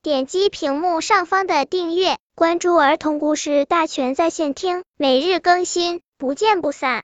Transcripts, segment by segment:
点击屏幕上方的订阅，关注儿童故事大全在线听，每日更新，不见不散。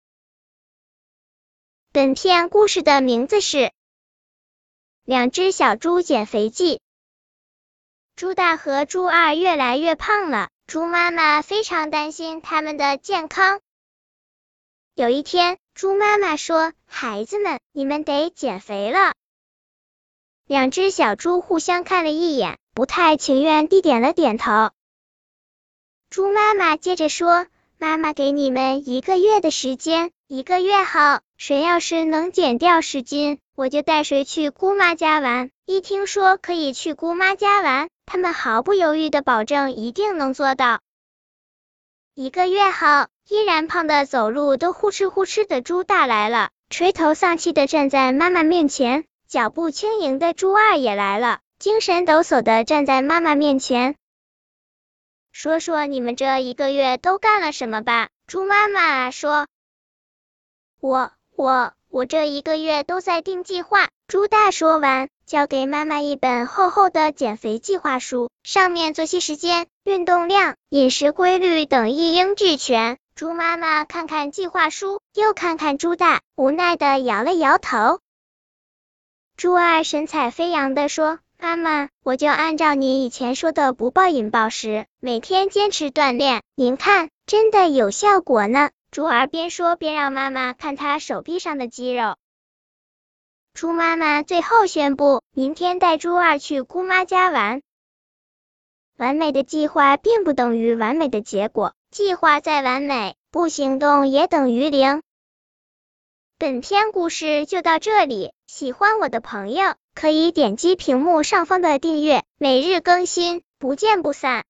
本片故事的名字是《两只小猪减肥记》。猪大和猪二越来越胖了，猪妈妈非常担心他们的健康。有一天，猪妈妈说：“孩子们，你们得减肥了。”两只小猪互相看了一眼，不太情愿地点了点头。猪妈妈接着说：“妈妈给你们1个月的时间，1个月后，谁要是能减掉10斤，我就带谁去姑妈家玩。”一听说可以去姑妈家玩，他们毫不犹豫地保证一定能做到。1个月后，依然胖得走路都呼哧呼哧的猪大来了，垂头丧气地站在妈妈面前。脚步轻盈的猪二也来了，精神抖擞地站在妈妈面前。说说你们这1个月都干了什么吧？猪妈妈说。我这1个月都在定计划。猪大说完，交给妈妈一本厚厚的减肥计划书，上面作息时间、运动量、饮食规律等一应俱全。猪妈妈看看计划书，又看看猪大，无奈地摇了摇头。猪二神采飞扬地说：“妈妈，我就按照你以前说的不暴饮暴食，每天坚持锻炼，您看，真的有效果呢。”猪二边说边让妈妈看他手臂上的肌肉。猪妈妈最后宣布，明天带猪二去姑妈家玩。完美的计划并不等于完美的结果，计划再完美，不行动也等于0。本篇故事就到这里，喜欢我的朋友可以点击屏幕上方的订阅，每日更新，不见不散。